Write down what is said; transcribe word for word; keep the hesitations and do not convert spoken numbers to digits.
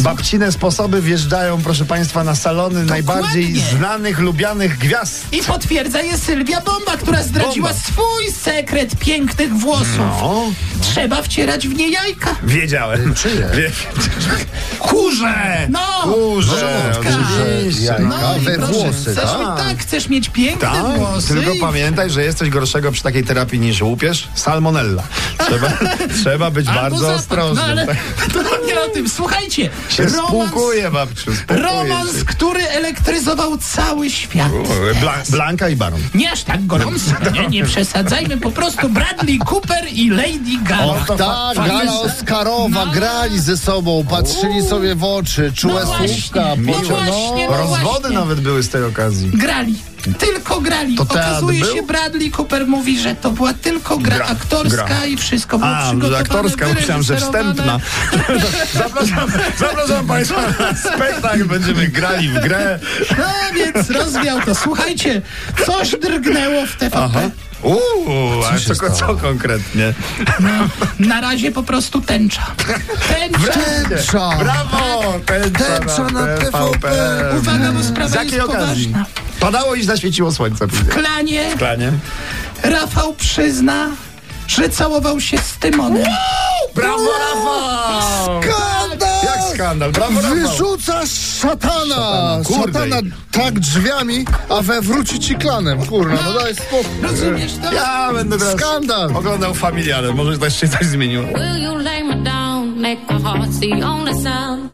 Babcine sposoby wjeżdżają, proszę państwa, na salony Dokładnie. najbardziej znanych, lubianych gwiazd. I potwierdza je Sylwia Bomba, która zdradziła Bomba. swój sekret pięknych włosów. No. Trzeba wcierać w nie jajka. Wiedziałem. Czyje? Wie... Kurze! No! Kurze! żołądka. Oczywiście. Jajka. No i we proszę, włosy, chcesz, tak. tak, chcesz mieć piękne Tak, włosy. tylko i- pamiętaj, że jest coś gorszego przy takiej terapii niż łupież. Salmonella. Trzeba, trzeba być Albo bardzo zapach. ostrożnym. No ale tak? to nie o tym. Słuchajcie, Się romans, spłukuje, babciu, spłukuje romans, się. który elektryzował cały świat. Bla, Blanka i Baron. Nie aż tak gorąco, nie, nie przesadzajmy, po prostu Bradley Cooper i Lady Gaga. O, to Tak, fa- gala fa- Oscarowa, No. grali ze sobą, patrzyli sobie w oczy, czułe No właśnie, słówka, no pociąg- właśnie, no Rozwody właśnie. nawet były z tej okazji. Grali. Tylko grali. To teatr Okazuje był? się, Bradley Cooper mówi, że to była tylko gra, Gra, aktorska gra. i wszystko było A, że przygotowane, aktorska, myślałem, że wstępna. wyreżyserowane. Zapraszam, zapraszam państwa na spektakl, będziemy grali w grę. No więc rozwiał to. Słuchajcie, coś drgnęło w T V P. Aha. Uuu, a się co, co stało? konkretnie? Na razie po prostu tęcza. Tęcza. Tęcza. Brawo! Tęcza, Tęcza na T V T V P. Uwaga, bo Z sprawa jakiej jest okazji? poważna. Padało i zaświeciło słońce. W klanie Klanie. Rafał przyzna, że całował się z Tymonem. Brawo, Rafał! Skandal! Jak skandal? Brawo, Rafał! Wyrzucasz szatana! Szatana, kurde. Szatana tak drzwiami, a we wróci ci klanem. Kurna, no daj spokój. Rozumiesz to? Ja będę teraz Skandal! oglądał Familiarę. Może też się coś zmieniło. Will you lay me down, make my heart the only sound?